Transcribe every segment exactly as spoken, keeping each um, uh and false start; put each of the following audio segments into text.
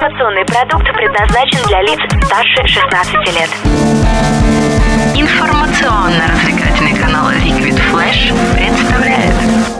Информационный продукт предназначен для лиц старше шестнадцати лет. Информационно-развлекательный канал Liquid Flash представляет.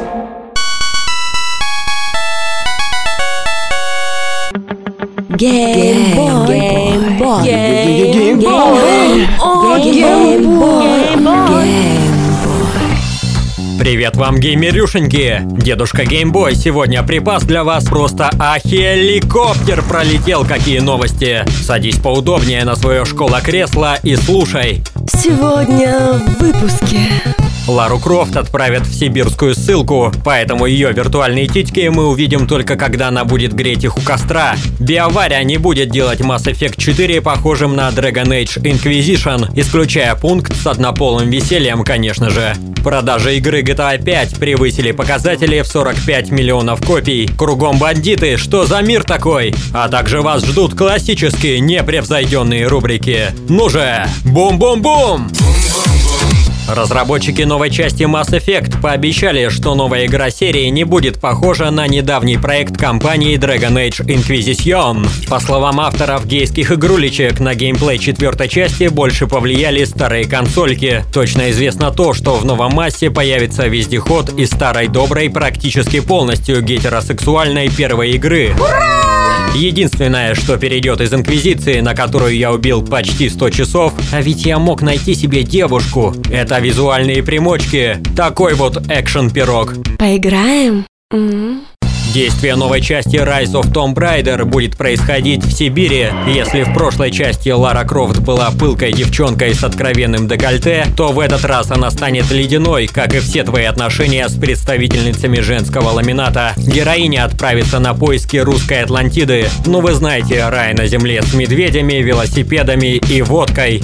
Геймбой, геймбой, геймбой, геймбой, геймбой. Привет вам, геймерюшеньки! Дедушка Геймбой сегодня припас для вас просто ахеликоптер пролетел, какие новости! Садись поудобнее на свое школа-кресло и слушай! Сегодня в выпуске. Лару Крофт отправят в сибирскую ссылку, поэтому ее виртуальные титьки мы увидим только когда она будет греть их у костра. BioWare не будет делать Mass Effect четыре похожим на Dragon Age Inquisition, исключая пункт с однополым весельем, конечно же. Продажи игры джи ти эй пять превысили показатели в сорок пять миллионов копий. Кругом бандиты, что за мир такой? А также вас ждут классические непревзойденные рубрики. Ну же, бум-бум-бум! Разработчики новой части Mass Effect пообещали, что новая игра серии не будет похожа на недавний проект компании Dragon Age Inquisition. По словам авторов гейских игрулечек, на геймплей четвертой части больше повлияли старые консольки. Точно известно то, что в новом массе появится вездеход из старой доброй, практически полностью гетеросексуальной первой игры. Единственное, что перейдет из Инквизиции, на которую я убил почти сто часов, а ведь я мог найти себе девушку, это визуальные примочки. Такой вот экшен-пирог. Поиграем? Mm-hmm. Действие новой части Rise of Tomb Raider будет происходить в Сибири. Если в прошлой части Лара Крофт была пылкой девчонкой с откровенным декольте, то в этот раз она станет ледяной, как и все твои отношения с представительницами женского ламината. Героиня отправится на поиски русской Атлантиды. Ну вы знаете, рай на земле с медведями, велосипедами и водкой.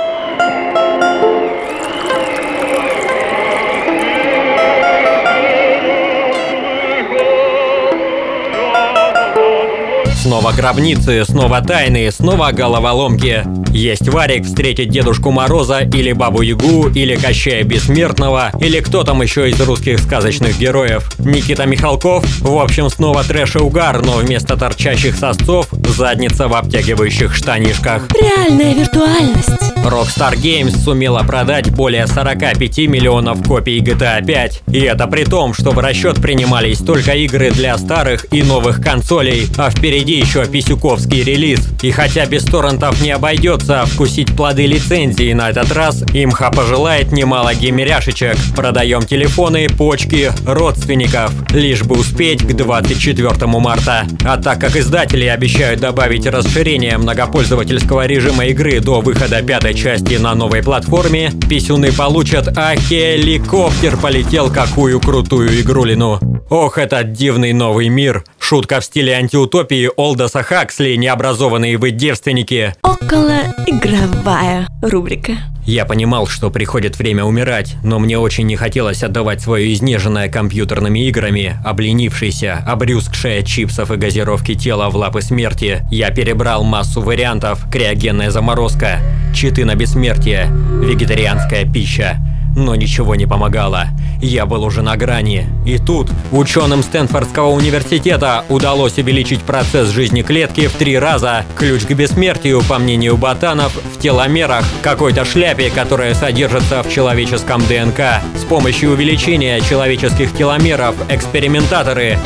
Снова гробницы, снова тайны, снова головоломки. Есть Варик встретить Дедушку Мороза или Бабу Ягу, или Кощея Бессмертного, или кто там еще из русских сказочных героев. Никита Михалков. В общем, снова трэш и угар, но вместо торчащих сосцов задница в обтягивающих штанишках. Реальная виртуальность. Rockstar Games сумела продать более сорок пять миллионов копий джи ти эй пять. И это при том, что в расчет принимались только игры для старых и новых консолей, а впереди еще писюковский релиз. И хотя без торрентов не обойдется, вкусить плоды лицензии на этот раз имха пожелает немало геймеряшечек. Продаем телефоны, почки, родственников, лишь бы успеть к двадцать четвёртому марта. А так как издатели обещают добавить расширение многопользовательского режима игры до выхода пятой части на новой платформе, писюны получат ахеликоптер полетел какую крутую игрулину. Ох, этот дивный новый мир. Шутка в стиле антиутопии Олдоса Хаксли «Необразованные вы девственники». Околоигровая рубрика. Я понимал, что приходит время умирать, но мне очень не хотелось отдавать свое изнеженное компьютерными играми, обленившееся, обрюзгшее чипсов и газировки тело в лапы смерти. Я перебрал массу вариантов: криогенная заморозка, читы на бессмертие, вегетарианская пища. Но ничего не помогало. Я был уже на грани. И тут ученым Стэнфордского университета удалось увеличить процесс жизни клетки в три раза. Ключ к бессмертию, по мнению ботанов, в теломерах, какой-то шляпе, которая содержится в человеческом ДНК. С помощью увеличения человеческих теломеров экспериментаторы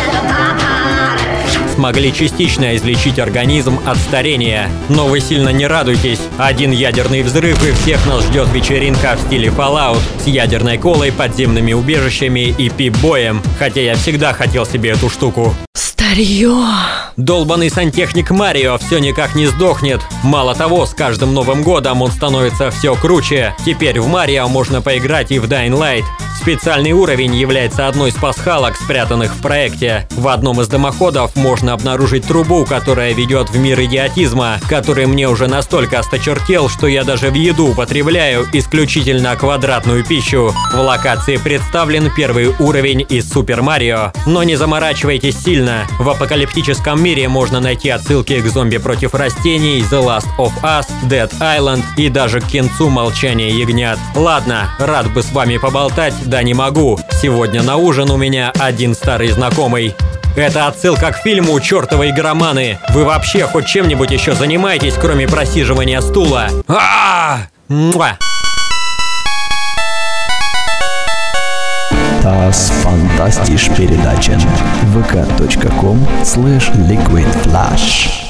смогли частично излечить организм от старения. Но вы сильно не радуйтесь. Один ядерный взрыв, и всех нас ждет вечеринка в стиле Fallout с ядерной колой, подземными убежищами и пип-боем. Хотя я всегда хотел себе эту штуку. Старье. Долбанный сантехник Марио все никак не сдохнет. Мало того, с каждым Новым годом он становится все круче. Теперь в Марио можно поиграть и в Dying Light. Специальный уровень является одной из пасхалок, спрятанных в проекте. В одном из дымоходов можно обнаружить трубу, которая ведет в мир идиотизма, который мне уже настолько осточертел, что я даже в еду употребляю исключительно квадратную пищу. В локации представлен первый уровень из Супер Марио. Но не заморачивайтесь сильно. В апокалиптическом мире можно найти отсылки к «Зомби против растений», The Last of Us, Dead Island и даже к кинцу «Молчание ягнят». Ладно, рад бы с вами поболтать, да не могу. Сегодня на ужин у меня один старый знакомый. Это отсылка к фильму «Чёртовы игроманы». Вы вообще хоть чем-нибудь еще занимаетесь, кроме просиживания стула? А-а-а! Муа! Das fantastisch передача. вэ ка точка ком слэш ликвид флаш